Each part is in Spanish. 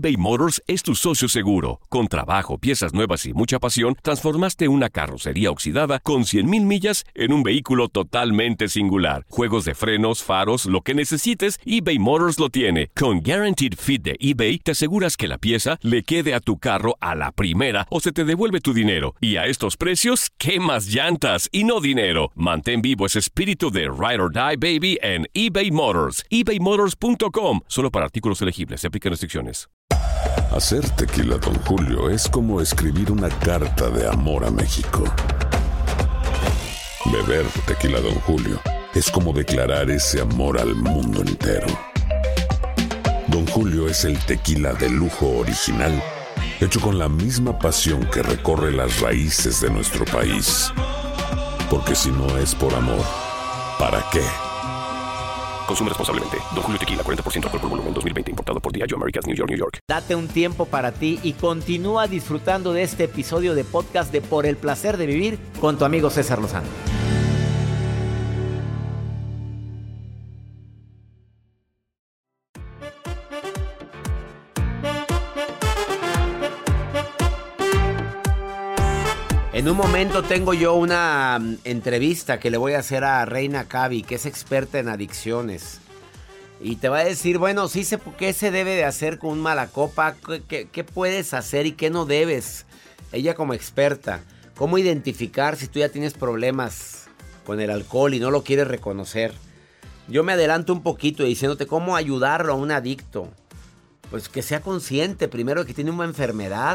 eBay Motors es tu socio seguro. Con trabajo, piezas nuevas y mucha pasión, transformaste una carrocería oxidada con 100,000 millas en un vehículo totalmente singular. Juegos de frenos, faros, lo que necesites, eBay Motors lo tiene. Con Guaranteed Fit de eBay, te aseguras que la pieza le quede a tu carro a la primera o se te devuelve tu dinero. Y a estos precios, ¿quemas llantas y no dinero? Mantén vivo ese espíritu de Ride or Die, baby, en eBay Motors. ebaymotors.com. Solo para artículos elegibles. Se aplican restricciones. Hacer tequila Don Julio es como escribir una carta de amor a México. Beber tequila Don Julio es como declarar ese amor al mundo entero. Don Julio es el tequila de lujo original, hecho con la misma pasión que recorre las raíces de nuestro país. Porque si no es por amor, ¿para qué? Consume responsablemente. Don Julio Tequila, 40% alcohol por volumen, 2020. Importado por Diageo Americas, New York, New York. Date un tiempo para ti y continúa disfrutando de este episodio de podcast de Por el Placer de Vivir con tu amigo César Lozano. En un momento tengo yo una entrevista que le voy a hacer a Reina Cavi, que es experta en adicciones. Y te va a decir, bueno, sí sé qué se debe de hacer con un malacopa, qué puedes hacer y qué no debes. Ella como experta, cómo identificar si tú ya tienes problemas con el alcohol y no lo quieres reconocer. Yo me adelanto un poquito diciéndote cómo ayudarlo a un adicto. Pues que sea consciente primero que tiene una enfermedad.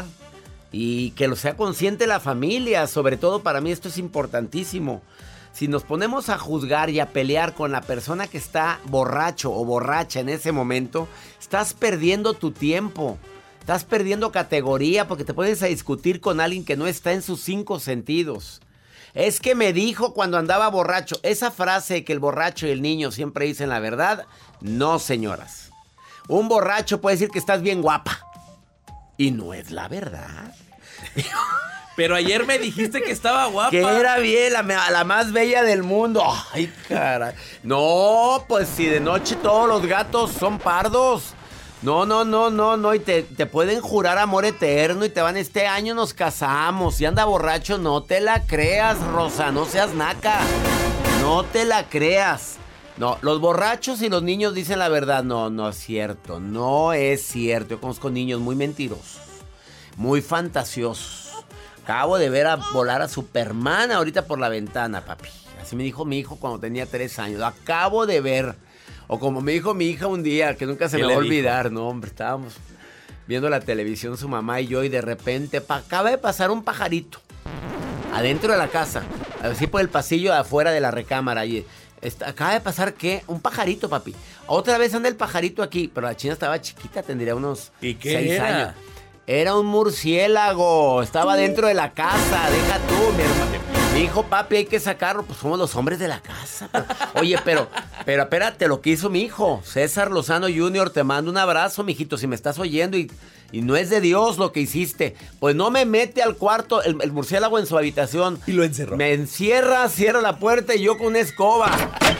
Y que lo sea consciente la familia, sobre todo para mí esto es importantísimo. Si nos ponemos a juzgar y a pelear con la persona que está borracho o borracha en ese momento, estás perdiendo tu tiempo, estás perdiendo categoría porque te pones a discutir con alguien que no está en sus 5 sentidos. Es que me dijo cuando andaba borracho, esa frase de que el borracho y el niño siempre dicen la verdad, no señoras. Un borracho puede decir que estás bien guapa. Y no es la verdad. Pero ayer me dijiste que estaba guapa. Que era bien, la más bella del mundo. Ay, caray. No, pues si de noche todos los gatos son pardos. No. Y te pueden jurar amor eterno y te van, este año nos casamos. Si anda borracho, no te la creas, Rosa. No seas naca. No te la creas. No, los borrachos y los niños dicen la verdad. No es cierto. No es cierto. Yo conozco niños muy mentirosos, muy fantasiosos. Acabo de ver volar a Superman ahorita por la ventana, papi. Así me dijo mi hijo cuando tenía 3 años. Lo acabo de ver. O como me dijo mi hija un día, que nunca se me va a olvidar. No, hombre, estábamos viendo la televisión su mamá y yo, y de repente acaba de pasar un pajarito adentro de la casa, así por el pasillo de afuera de la recámara. Y acaba de pasar, ¿qué? Un pajarito, papi. Otra vez anda el pajarito aquí. Pero la china estaba chiquita, tendría unos 6 años. Era un murciélago. Estaba dentro de la casa. Deja tú, mi hermano. Mi hijo, papi, hay que sacarlo. Pues somos los hombres de la casa. Oye, pero espérate, lo que hizo mi hijo César Lozano Jr., te mando un abrazo, mijito, si me estás oyendo y no es de Dios lo que hiciste. Pues no me mete al cuarto el murciélago en su habitación. Y lo encerró. Me encierra, cierra la puerta y yo con una escoba.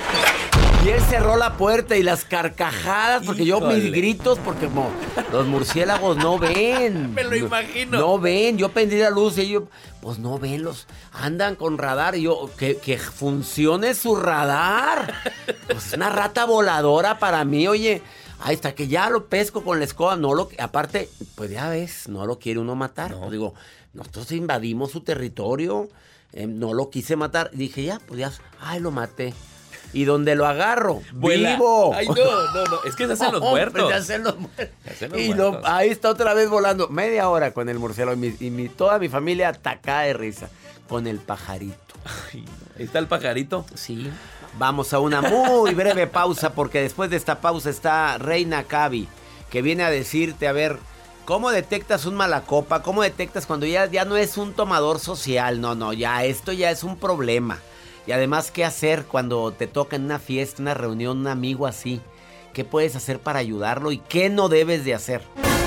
Y él cerró la puerta y las carcajadas, porque Híjole. yo mis gritos, porque como los murciélagos no ven. Me lo imagino. No ven, yo prendí la luz y ellos, pues no ven, andan con radar. Y yo, que funcione su radar. Pues es una rata voladora para mí, oye. Hasta que ya lo pesco con la escoba, aparte, pues ya ves, no lo quiere uno matar. No. Digo, nosotros invadimos su territorio, no lo quise matar. Dije, ya, pues ya, lo maté. Y donde lo agarro, Vuela. ¡vivo! Ay, no, es que se hacen los muertos. Pues ya hacen los muertos. Ahí está otra vez volando, media hora con el murciélago y toda mi familia atacada de risa con el pajarito. Ay, ahí está el pajarito. Sí. Vamos a una muy breve pausa, porque después de esta pausa está Reina Cavi, que viene a decirte, a ver, ¿cómo detectas un malacopa? ¿Cómo detectas cuando ya no es un tomador social? No, ya esto ya es un problema. Y además, ¿qué hacer cuando te toca en una fiesta, una reunión, un amigo así? ¿Qué puedes hacer para ayudarlo y qué no debes de hacer?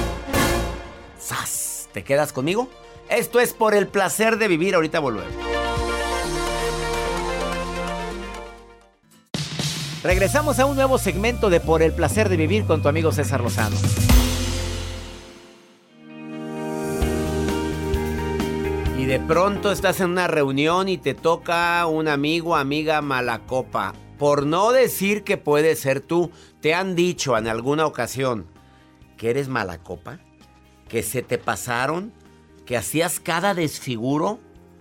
¡Sas! ¿Te quedas conmigo? Esto es Por el Placer de Vivir. Ahorita volvemos. Regresamos a un nuevo segmento de Por el Placer de Vivir con tu amigo César Lozano. de pronto estás en una reunión y te toca un amigo, amiga mala copa. Por no decir que puede ser tú, ¿te han dicho en alguna ocasión que eres mala copa? ¿Que se te pasaron? ¿Que hacías cada desfiguro?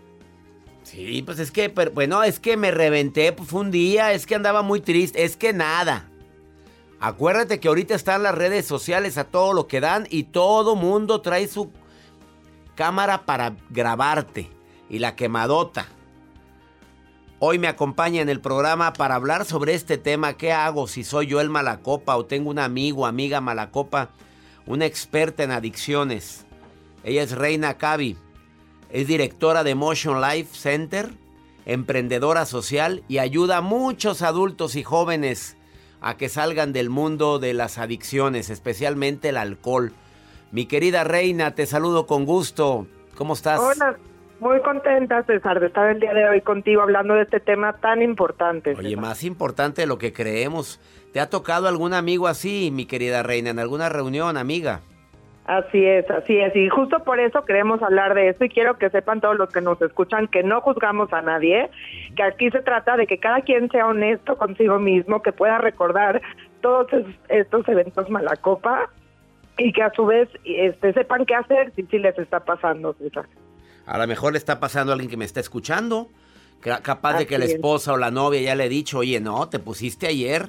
Sí, pues es que, bueno, es que me reventé, pues fue un día, es que andaba muy triste, es que nada. Acuérdate que ahorita están las redes sociales a todo lo que dan y todo mundo trae su cámara para grabarte y la quemadota. Hoy me acompaña en el programa para hablar sobre este tema. ¿Qué hago si soy yo el malacopa o tengo un amigo, amiga malacopa? Una experta en adicciones. Ella es Reina Cavi. Es directora de Motion Life Center, emprendedora social y ayuda a muchos adultos y jóvenes a que salgan del mundo de las adicciones, especialmente el alcohol. Mi querida Reina, te saludo con gusto. ¿Cómo estás? Hola, muy contenta, César, de estar el día de hoy contigo hablando de este tema tan importante. Oye, César. más importante de lo que creemos. ¿Te ha tocado algún amigo así, mi querida Reina, en alguna reunión, amiga? Así es. Y justo por eso queremos hablar de esto y quiero que sepan todos los que nos escuchan que no juzgamos a nadie, que aquí se trata de que cada quien sea honesto consigo mismo, que pueda recordar todos estos eventos malacopa y que a su vez sepan qué hacer si les está pasando, César. A lo mejor le está pasando a alguien que me está escuchando, capaz de que la Así es. esposa o la novia ya le he dicho, oye, no, te pusiste ayer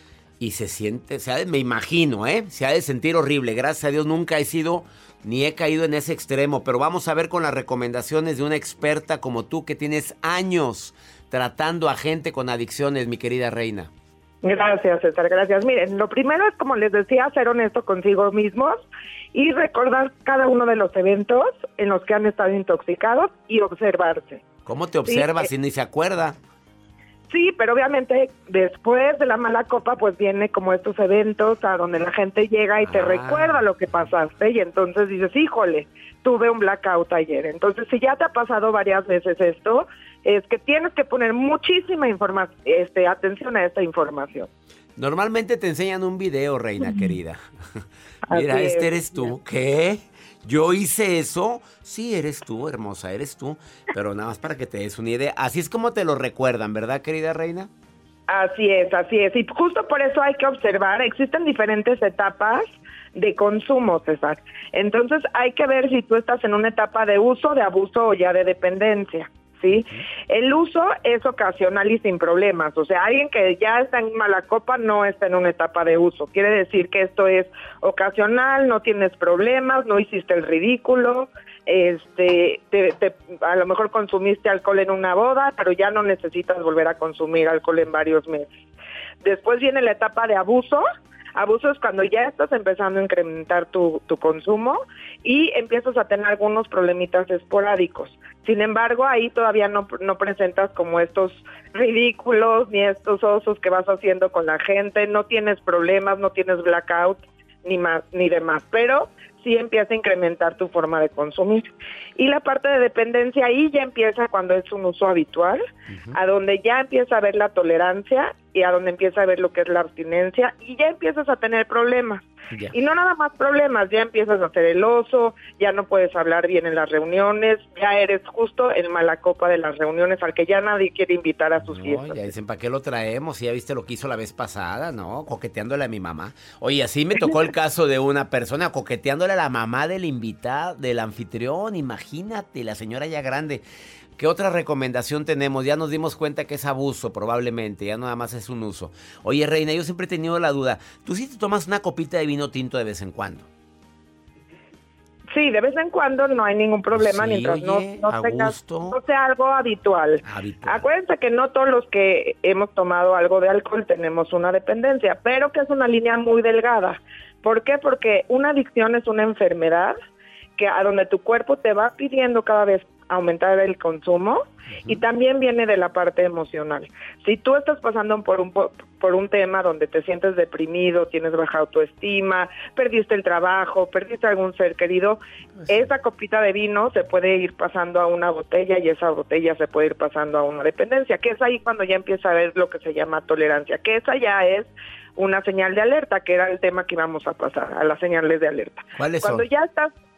y se siente, me imagino, se ha de sentir horrible. Gracias a Dios nunca he sido ni he caído en ese extremo, pero vamos a ver con las recomendaciones de una experta como tú que tienes años tratando a gente con adicciones, mi querida Reina. Gracias, César, gracias. Miren, lo primero es, como les decía, ser honesto consigo mismos y recordar cada uno de los eventos en los que han estado intoxicados y observarse. ¿Cómo te observas si ni se acuerda? Sí, pero obviamente después de la mala copa pues viene como estos eventos a donde la gente llega y te recuerda lo que pasaste y entonces dices, híjole, tuve un blackout ayer. Entonces, si ya te ha pasado varias veces esto, es que tienes que poner muchísima atención a esta información. Normalmente te enseñan un video, Reina querida. Mira, Así este es. eres tú. ¿Qué? ¿Yo hice eso? Sí, eres tú, hermosa, eres tú. Pero nada más para que te des una idea. Así es como te lo recuerdan, ¿verdad, querida Reina? Así es. Y justo por eso hay que observar, existen diferentes etapas de consumo, César. Entonces hay que ver si tú estás en una etapa de uso, de abuso o ya de dependencia, ¿sí? El uso es ocasional y sin problemas. O sea, alguien que ya está en mala copa no está en una etapa de uso. Quiere decir que esto es ocasional, no tienes problemas, no hiciste el ridículo, a lo mejor consumiste alcohol en una boda, pero ya no necesitas volver a consumir alcohol en varios meses. Después viene la etapa de abuso. Abuso es cuando ya estás empezando a incrementar tu consumo y empiezas a tener algunos problemitas esporádicos. Sin embargo, ahí todavía no presentas como estos ridículos ni estos osos que vas haciendo con la gente, no tienes problemas, no tienes blackout ni más ni demás, pero sí empieza a incrementar tu forma de consumir. Y la parte de dependencia ahí ya empieza cuando es un uso habitual, a donde ya empieza a ver la tolerancia y a donde empieza a ver lo que es la abstinencia y ya empiezas a tener problemas. Ya. Y no nada más problemas, ya empiezas a ser el oso, ya no puedes hablar bien en las reuniones, ya eres justo el mala copa de las reuniones al que ya nadie quiere invitar a sus fiestas. Ya dicen, ¿para qué lo traemos? Si ya viste lo que hizo la vez pasada, ¿no? Coqueteándole a mi mamá. Oye, así me tocó el caso de una persona coqueteándole a la mamá del invitado, del anfitrión, imagínate, la señora ya grande. ¿Qué otra recomendación tenemos? Ya nos dimos cuenta que es abuso probablemente, ya nada más es un uso. Oye, Reina, yo siempre he tenido la duda, ¿tú sí te tomas una copita de vino tinto de vez en cuando? Sí, de vez en cuando no hay ningún problema, Sí, mientras oye, no a tengas, gusto. no sea algo habitual. Acuérdense que no todos los que hemos tomado algo de alcohol tenemos una dependencia, pero que es una línea muy delgada. ¿Por qué? Porque una adicción es una enfermedad que a donde tu cuerpo te va pidiendo cada vez aumentar el consumo y también viene de la parte emocional. Si tú estás pasando por un tema donde te sientes deprimido, tienes baja autoestima, perdiste el trabajo, perdiste algún ser querido, esa copita de vino se puede ir pasando a una botella y esa botella se puede ir pasando a una dependencia, que es ahí cuando ya empieza a ver lo que se llama tolerancia, que esa ya es una señal de alerta, que era el tema que íbamos a pasar, a las señales de alerta. ¿Cuáles Cuando son? ya estás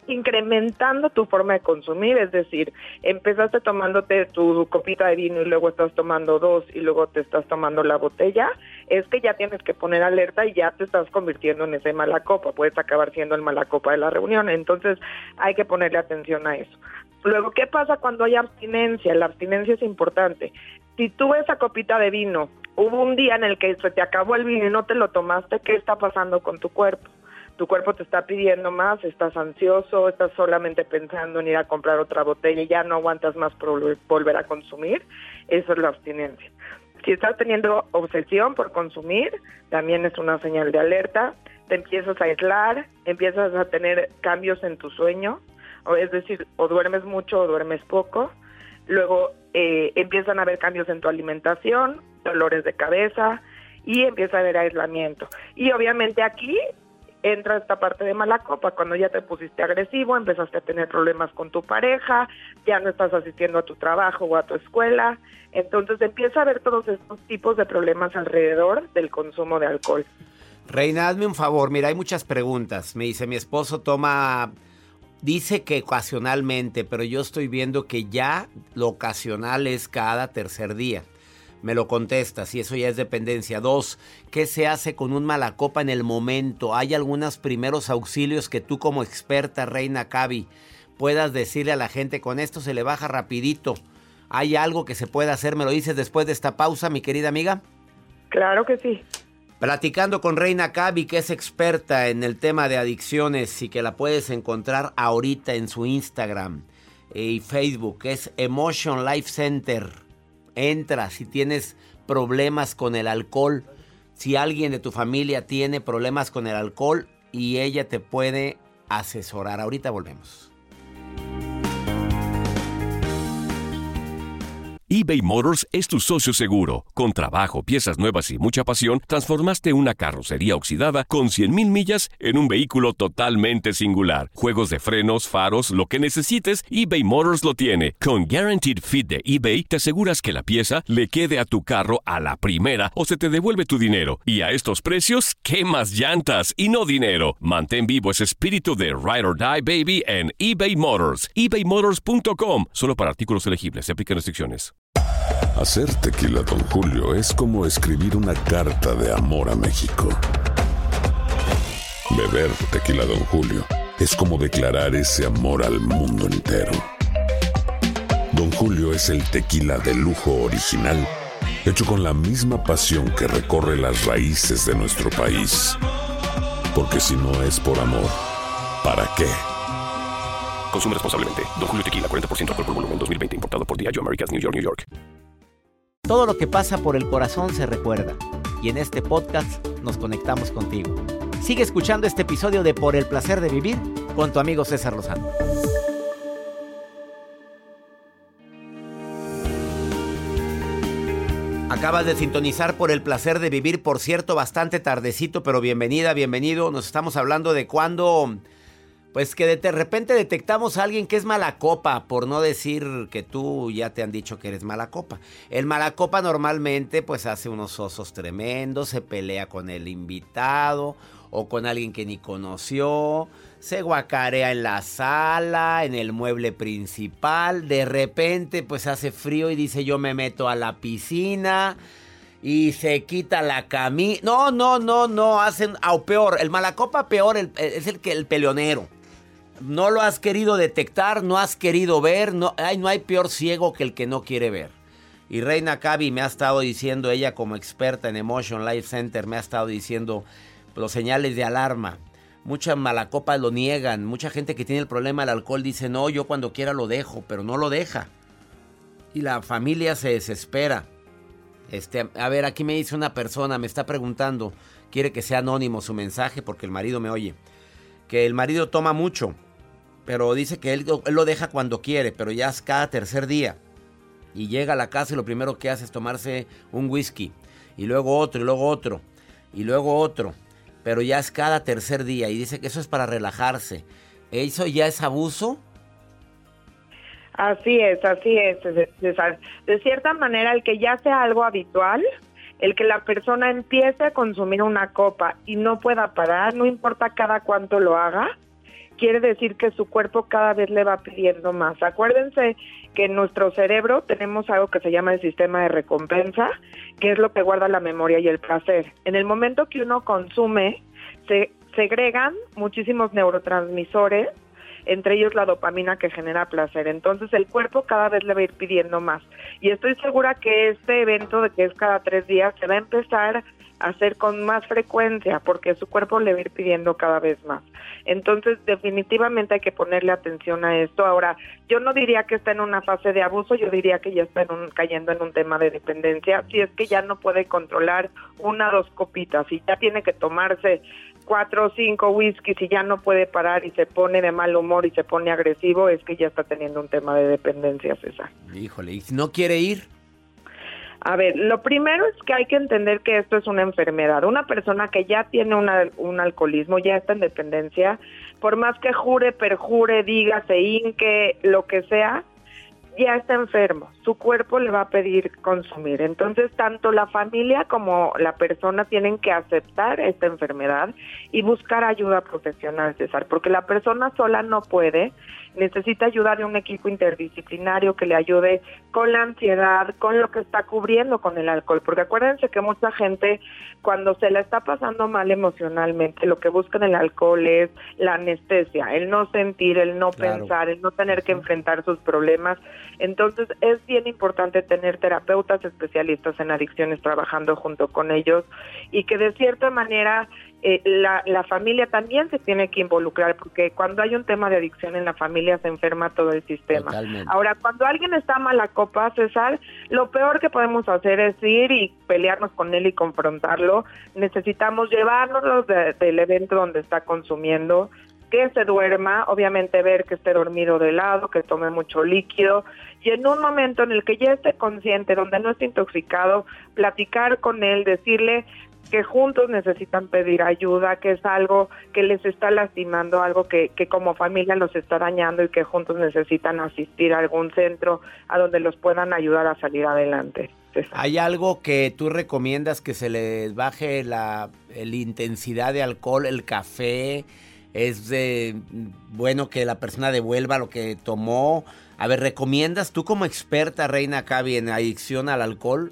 incrementando tu forma de consumir, es decir, empezaste tomándote tu copita de vino y luego estás tomando 2 y luego te estás tomando la botella, es que ya tienes que poner alerta y ya te estás convirtiendo en ese mala copa, puedes acabar siendo el mala copa de la reunión, entonces hay que ponerle atención a eso. Luego, ¿qué pasa cuando hay abstinencia? La abstinencia es importante. Si tú esa copita de vino, hubo un día en el que se te acabó el vino y no te lo tomaste, ¿qué está pasando con tu cuerpo? Tu cuerpo te está pidiendo más, estás ansioso, estás solamente pensando en ir a comprar otra botella y ya no aguantas más por volver a consumir. Eso es la abstinencia. Si estás teniendo obsesión por consumir, también es una señal de alerta. Te empiezas a aislar, empiezas a tener cambios en tu sueño, es decir, o duermes mucho o duermes poco. Luego empiezan a haber cambios en tu alimentación, dolores de cabeza y empieza a haber aislamiento. Y obviamente aquí entra esta parte de mala copa, cuando ya te pusiste agresivo, empezaste a tener problemas con tu pareja, ya no estás asistiendo a tu trabajo o a tu escuela, entonces empieza a haber todos estos tipos de problemas alrededor del consumo de alcohol. Reina, hazme un favor, mira, hay muchas preguntas. Me dice, mi esposo dice que ocasionalmente, pero yo estoy viendo que ya lo ocasional es cada tercer día. Me lo contestas y eso ya es dependencia. 2, ¿qué se hace con un mala copa en el momento? ¿Hay algunos primeros auxilios que tú como experta, Reina Cavi, puedas decirle a la gente, con esto se le baja rapidito? ¿Hay algo que se pueda hacer? ¿Me lo dices después de esta pausa, mi querida amiga? Claro que sí. Platicando con Reina Cavi, que es experta en el tema de adicciones y que la puedes encontrar ahorita en su Instagram y Facebook, es Emotion Life Center. Entra si tienes problemas con el alcohol, si alguien de tu familia tiene problemas con el alcohol y ella te puede asesorar. Ahorita volvemos. eBay Motors es tu socio seguro. Con trabajo, piezas nuevas y mucha pasión, transformaste una carrocería oxidada con 100,000 millas en un vehículo totalmente singular. Juegos de frenos, faros, lo que necesites, eBay Motors lo tiene. Con Guaranteed Fit de eBay, te aseguras que la pieza le quede a tu carro a la primera o se te devuelve tu dinero. Y a estos precios, ¿qué más llantas y no dinero? Mantén vivo ese espíritu de Ride or Die, baby, en eBay Motors. ebaymotors.com. Solo para artículos elegibles. Se aplican restricciones. Hacer tequila Don Julio es como escribir una carta de amor a México. Beber tequila Don Julio es como declarar ese amor al mundo entero. Don Julio es el tequila de lujo original, hecho con la misma pasión que recorre las raíces de nuestro país. Porque si no es por amor, ¿para qué? Consume responsablemente. Don Julio Tequila, 40% alcohol por volumen, 2020. Importado por Diageo Americas, New York, New York. Todo lo que pasa por el corazón se recuerda. Y en este podcast nos conectamos contigo. Sigue escuchando este episodio de Por el Placer de Vivir con tu amigo César Lozano. Acabas de sintonizar Por el Placer de Vivir. Por cierto, bastante tardecito, pero bienvenida, bienvenido. Nos estamos hablando de cuando... Pues que de repente detectamos a alguien que es mala copa, por no decir que tú ya te han dicho que eres mala copa. El mala copa normalmente pues hace unos osos tremendos, se pelea con el invitado o con alguien que ni conoció, se guacarea en la sala, en el mueble principal, de repente pues hace frío y dice yo me meto a la piscina y se quita la camisa. No, hacen, o peor, el mala copa peor es el peleonero. No lo has querido detectar, no has querido ver, no hay peor ciego que el que no quiere ver. Y Reina Cavi me ha estado diciendo, ella como experta en Emotion Life Center, me ha estado diciendo los señales de alarma. Muchas malacopas lo niegan, mucha gente que tiene el problema del alcohol dice, no, yo cuando quiera lo dejo, pero no lo deja. Y la familia se desespera. A ver, aquí me dice una persona, me está preguntando, quiere que sea anónimo su mensaje porque el marido me oye, que el marido toma mucho. Pero dice que él lo deja cuando quiere, pero ya es cada tercer día. Y llega a la casa y lo primero que hace es tomarse un whisky. Y luego otro, y luego otro, y luego otro. Pero ya es cada tercer día. Y dice que eso es para relajarse. ¿Eso ya es abuso? Así es. De cierta manera, el que ya sea algo habitual, el que la persona empiece a consumir una copa y no pueda parar, no importa cada cuánto lo haga, quiere decir que su cuerpo cada vez le va pidiendo más. Acuérdense que en nuestro cerebro tenemos algo que se llama el sistema de recompensa, que es lo que guarda la memoria y el placer. En el momento que uno consume, se segregan muchísimos neurotransmisores, entre ellos la dopamina que genera placer. Entonces el cuerpo cada vez le va a ir pidiendo más. Y estoy segura que este evento, de que es cada 3 días, se va a empezar a hacer con más frecuencia, porque su cuerpo le va a ir pidiendo cada vez más. Entonces definitivamente hay que ponerle atención a esto. Ahora, yo no diría que está en una fase de abuso, yo diría que ya está cayendo en un tema de dependencia, si es que ya no puede controlar 1 o 2 copitas, y ya tiene que tomarse 4 o 5 whiskies y ya no puede parar y se pone de mal humor y se pone agresivo, es que ya está teniendo un tema de dependencia, César. Híjole, ¿y si no quiere ir? A ver, lo primero es que hay que entender que esto es una enfermedad. Una persona que ya tiene un alcoholismo, ya está en dependencia, por más que jure, perjure, diga, se hinque, lo que sea, ya está enfermo, su cuerpo le va a pedir consumir. Entonces, tanto la familia como la persona tienen que aceptar esta enfermedad y buscar ayuda profesional, César, porque la persona sola no puede, necesita ayuda de un equipo interdisciplinario que le ayude con la ansiedad, con lo que está cubriendo con el alcohol, porque acuérdense que mucha gente, cuando se la está pasando mal emocionalmente, lo que busca en el alcohol es la anestesia, el no sentir, el no pensar, el no tener que enfrentar sus problemas. Entonces es bien importante tener terapeutas especialistas en adicciones trabajando junto con ellos, y que de cierta manera la familia también se tiene que involucrar, porque cuando hay un tema de adicción en la familia se enferma todo el sistema. Totalmente. Ahora, cuando alguien está mala copa, César, lo peor que podemos hacer es ir y pelearnos con él y confrontarlo. Necesitamos llevárnoslo del evento donde está consumiendo, que se duerma, obviamente ver que esté dormido de lado, que tome mucho líquido, y en un momento en el que ya esté consciente, donde no esté intoxicado, platicar con él, decirle que juntos necesitan pedir ayuda, que es algo que les está lastimando, algo que como familia los está dañando, y que juntos necesitan asistir a algún centro a donde los puedan ayudar a salir adelante. ¿Hay algo que tú recomiendas que se les baje la intensidad de alcohol, el café? ¿Es bueno que la persona devuelva lo que tomó? A ver, ¿recomiendas tú como experta, Reina Cavi, en adicción al alcohol?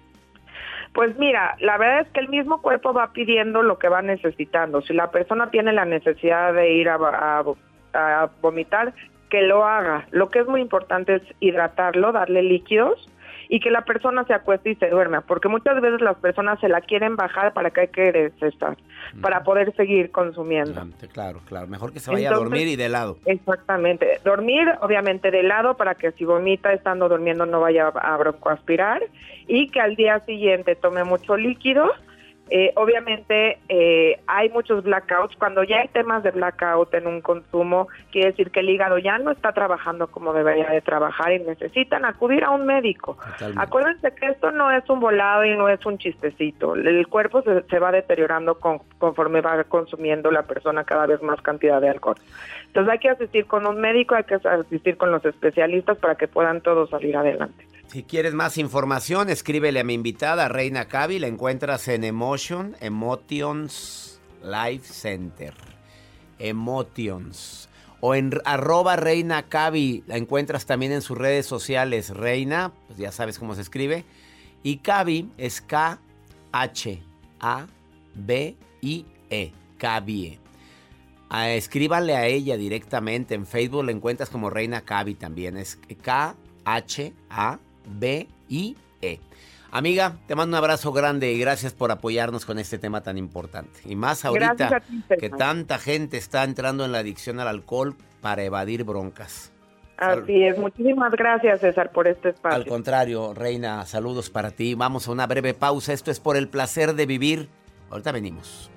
Pues mira, la verdad es que el mismo cuerpo va pidiendo lo que va necesitando. Si la persona tiene la necesidad de ir a vomitar, que lo haga. Lo que es muy importante es hidratarlo, darle líquidos, y que la persona se acueste y se duerma, porque muchas veces las personas se la quieren bajar para que hay que desestar, para poder seguir consumiendo. Claro, mejor que se vaya a dormir y de lado. Exactamente, dormir obviamente de lado para que si vomita estando durmiendo no vaya a broncoaspirar, y que al día siguiente tome mucho líquido. Obviamente hay muchos blackouts. Cuando ya hay temas de blackout en un consumo, quiere decir que el hígado ya no está trabajando como debería de trabajar y necesitan acudir a un médico. Totalmente. Acuérdense que esto no es un volado y no es un chistecito. El cuerpo se va deteriorando conforme va consumiendo la persona cada vez más cantidad de alcohol. Entonces hay que asistir con un médico, hay que asistir con los especialistas para que puedan todos salir adelante. Si quieres más información, escríbele a mi invitada, Reina Cavi. La encuentras en Emotions Life Center. Emotions. O en @Reina Cavi. La encuentras también en sus redes sociales. Reina, pues ya sabes cómo se escribe. Y Cavi es Khavie. Khavie. Escríbale a ella directamente. En Facebook la encuentras como Reina Cavi también. Es Khavie. Amiga, te mando un abrazo grande y gracias por apoyarnos con este tema tan importante. Y más ahorita que tanta gente está entrando en la adicción al alcohol para evadir broncas. Así es, muchísimas gracias, César, por este espacio. Al contrario, Reina, saludos para ti. Vamos a una breve pausa. Esto es Por el Placer de Vivir. Ahorita venimos.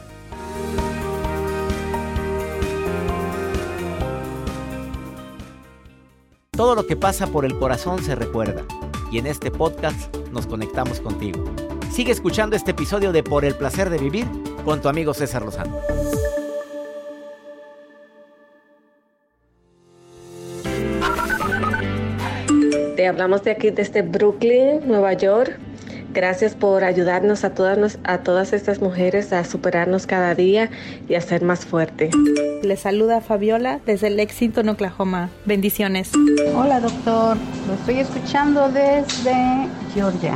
Todo lo que pasa por el corazón se recuerda, y en este podcast nos conectamos contigo. Sigue escuchando este episodio de Por el Placer de Vivir con tu amigo César Lozano. Te hablamos de aquí desde Brooklyn, Nueva York. Gracias por ayudarnos a todas estas mujeres a superarnos cada día y a ser más fuertes. Les saluda Fabiola desde Lexington, Oklahoma. Bendiciones. Hola, doctor. Lo estoy escuchando desde Georgia.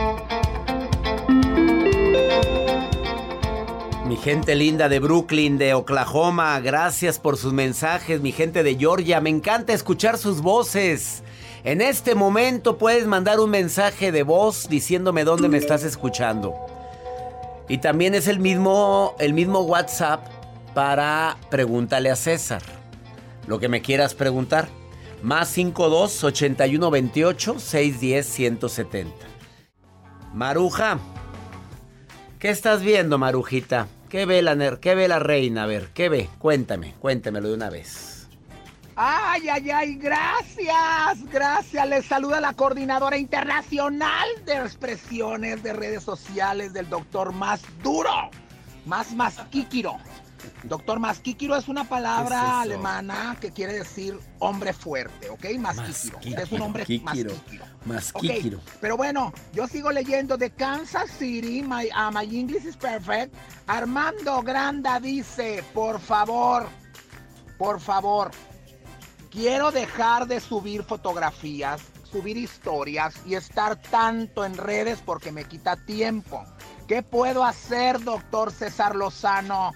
Mi gente linda de Brooklyn, de Oklahoma, gracias por sus mensajes. Mi gente de Georgia, me encanta escuchar sus voces. En este momento puedes mandar un mensaje de voz diciéndome dónde me estás escuchando. Y también es el mismo WhatsApp para Pregúntale a César. Lo que me quieras preguntar. Más 52 81 28 610 170. Maruja, ¿qué estás viendo, Marujita? ¿Qué ve la reina? A ver, ¿qué ve? Cuéntemelo de una vez. ¡Ay, gracias! Les saluda la coordinadora internacional de expresiones de redes sociales del doctor Más Duro, Más Kikiro. Doctor Más Kikiro es una palabra alemana que quiere decir hombre fuerte, ¿ok? Más Kikiro. Es un hombre Más Kikiro. Okay, pero bueno, yo sigo leyendo de Kansas City, my English is perfect. Armando Granda dice, por favor, quiero dejar de subir fotografías, subir historias y estar tanto en redes porque me quita tiempo. ¿Qué puedo hacer, doctor César Lozano?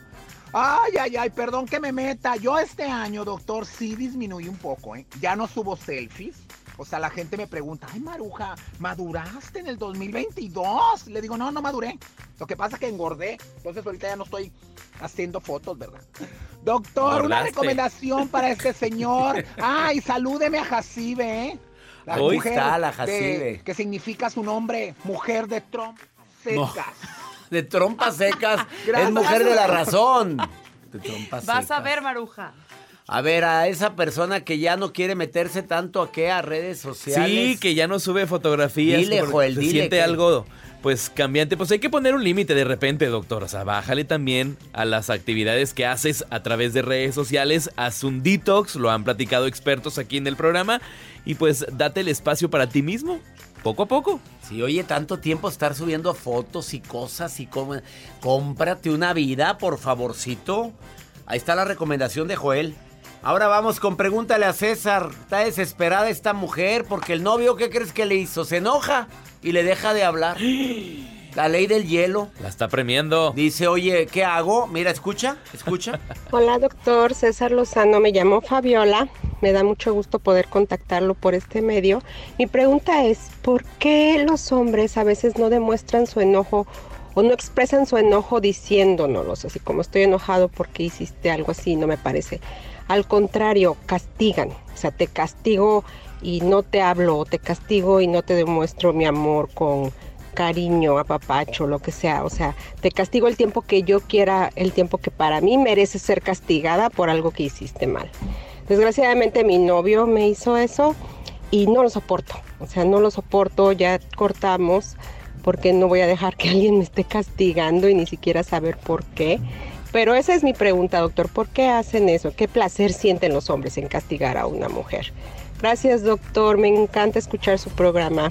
Ay, perdón que me meta. Yo este año, doctor, sí disminuí un poco, ¿eh? Ya no subo selfies. O sea, la gente me pregunta, ay, Maruja, ¿maduraste en el 2022? Le digo, no maduré. Lo que pasa es que engordé. Entonces ahorita ya no estoy haciendo fotos, ¿verdad? Doctor, ¿Engordaste? Una recomendación para este señor. Ay, salúdeme a Jacibe, ¿eh? La Hoy mujer está la Jacibe. que significa su nombre, mujer de trompas secas. No. De trompas secas. Gracias. Es mujer de la razón. De trompas Vas a secas. ver, Maruja. A ver, a esa persona que ya no quiere meterse tanto a redes sociales. Sí, que ya no sube fotografías. Dile, porque Joel, se dile siente que- algo, pues, cambiante. Pues hay que poner un límite de repente, doctor. O sea, bájale también a las actividades que haces a través de redes sociales. Haz un detox, lo han platicado expertos aquí en el programa. Y pues, date el espacio para ti mismo, poco a poco. Sí, oye, tanto tiempo estar subiendo fotos y cosas y cómprate una vida, por favorcito. Ahí está la recomendación de Joel. Ahora vamos con Pregúntale a César. Está desesperada esta mujer porque el novio, ¿qué crees que le hizo? Se enoja y le deja de hablar. La ley del hielo. La está premiando. Dice, oye, ¿qué hago? Mira, escucha. Hola, doctor César Lozano. Me llamo Fabiola. Me da mucho gusto poder contactarlo por este medio. Mi pregunta es, ¿por qué los hombres a veces no demuestran su enojo o no expresan su enojo diciéndonos, así como estoy enojado porque hiciste algo así, no me parece? Al contrario, castigan. O sea, te castigo y no te hablo, o te castigo y no te demuestro mi amor con cariño, apapacho, lo que sea. O sea, te castigo el tiempo que yo quiera, el tiempo que para mí merece ser castigada por algo que hiciste mal. Desgraciadamente mi novio me hizo eso y no lo soporto. O sea, no lo soporto, ya cortamos porque no voy a dejar que alguien me esté castigando y ni siquiera saber por qué. Pero esa es mi pregunta, doctor. ¿Por qué hacen eso? ¿Qué placer sienten los hombres en castigar a una mujer? Gracias, doctor. Me encanta escuchar su programa.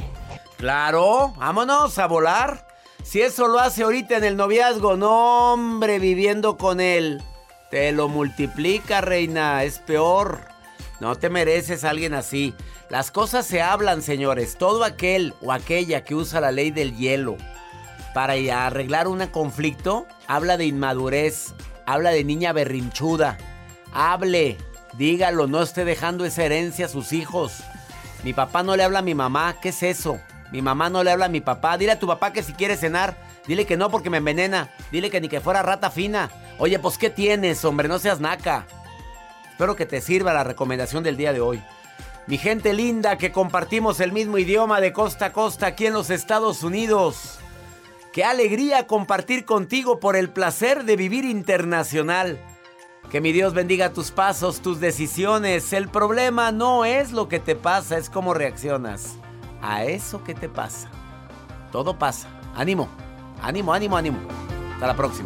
Claro, vámonos a volar. Si eso lo hace ahorita en el noviazgo, no, hombre, viviendo con él. Te lo multiplica, reina. Es peor. No te mereces a alguien así. Las cosas se hablan, señores. Todo aquel o aquella que usa la ley del hielo para arreglar un conflicto, habla de inmadurez, habla de niña berrinchuda. Hable, dígalo, no esté dejando esa herencia a sus hijos. Mi papá no le habla a mi mamá, ¿qué es eso? Mi mamá no le habla a mi papá. Dile a tu papá que si quiere cenar, dile que no porque me envenena. Dile que ni que fuera rata fina. Oye, pues ¿qué tienes, hombre? No seas naca. Espero que te sirva la recomendación del día de hoy. Mi gente linda que compartimos el mismo idioma de costa a costa aquí en los Estados Unidos. ¡Qué alegría compartir contigo por el placer de vivir internacional! Que mi Dios bendiga tus pasos, tus decisiones. El problema no es lo que te pasa, es cómo reaccionas a eso que te pasa. Todo pasa. ¡Ánimo! ¡Ánimo, ánimo, ánimo! Hasta la próxima.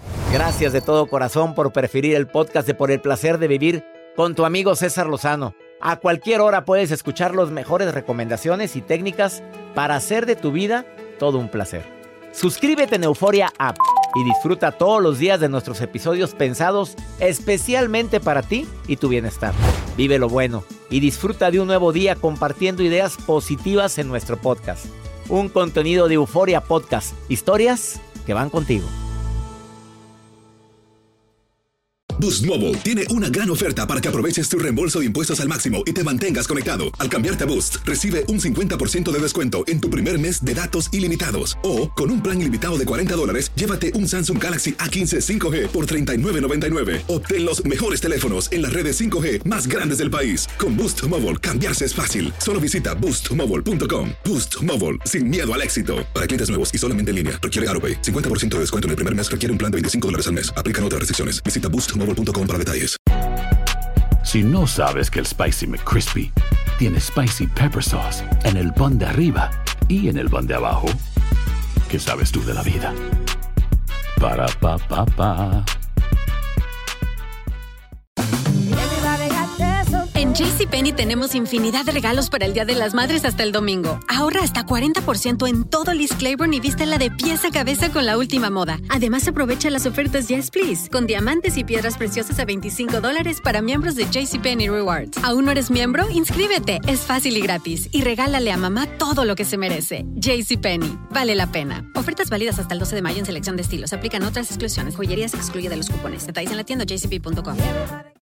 Gracias de todo corazón por preferir el podcast de Por el Placer de Vivir con tu amigo César Lozano. A cualquier hora puedes escuchar las mejores recomendaciones y técnicas para hacer de tu vida todo un placer. Suscríbete en Euforia App y disfruta todos los días de nuestros episodios pensados especialmente para ti y tu bienestar. Vive lo bueno y disfruta de un nuevo día compartiendo ideas positivas en nuestro podcast. Un contenido de Euforia Podcast. Historias que van contigo. Boost Mobile tiene una gran oferta para que aproveches tu reembolso de impuestos al máximo y te mantengas conectado. Al cambiarte a Boost, recibe un 50% de descuento en tu primer mes de datos ilimitados. O, con un plan ilimitado de $40, llévate un Samsung Galaxy A15 5G por $39.99. Obtén los mejores teléfonos en las redes 5G más grandes del país. Con Boost Mobile, cambiarse es fácil. Solo visita boostmobile.com. Boost Mobile, sin miedo al éxito. Para clientes nuevos y solamente en línea, requiere AutoPay. 50% de descuento en el primer mes requiere un plan de $25 al mes. Aplican otras restricciones. Visita boostmobile.com para detalles. Si no sabes que el Spicy McCrispy tiene Spicy Pepper Sauce en el pan de arriba y en el pan de abajo, ¿qué sabes tú de la vida? Para, pa, pa, pa. En JCPenney tenemos infinidad de regalos para el Día de las Madres hasta el domingo. Ahorra hasta 40% en todo Liz Claiborne y vístela de pies a cabeza con la última moda. Además, aprovecha las ofertas Yes Please, con diamantes y piedras preciosas a $25 para miembros de JCPenney Rewards. ¿Aún no eres miembro? Inscríbete. Es fácil y gratis. Y regálale a mamá todo lo que se merece. JCPenney. Vale la pena. Ofertas válidas hasta el 12 de mayo en selección de estilos. Aplican otras exclusiones. Joyería se excluye de los cupones. Detalles en la tienda jcp.com.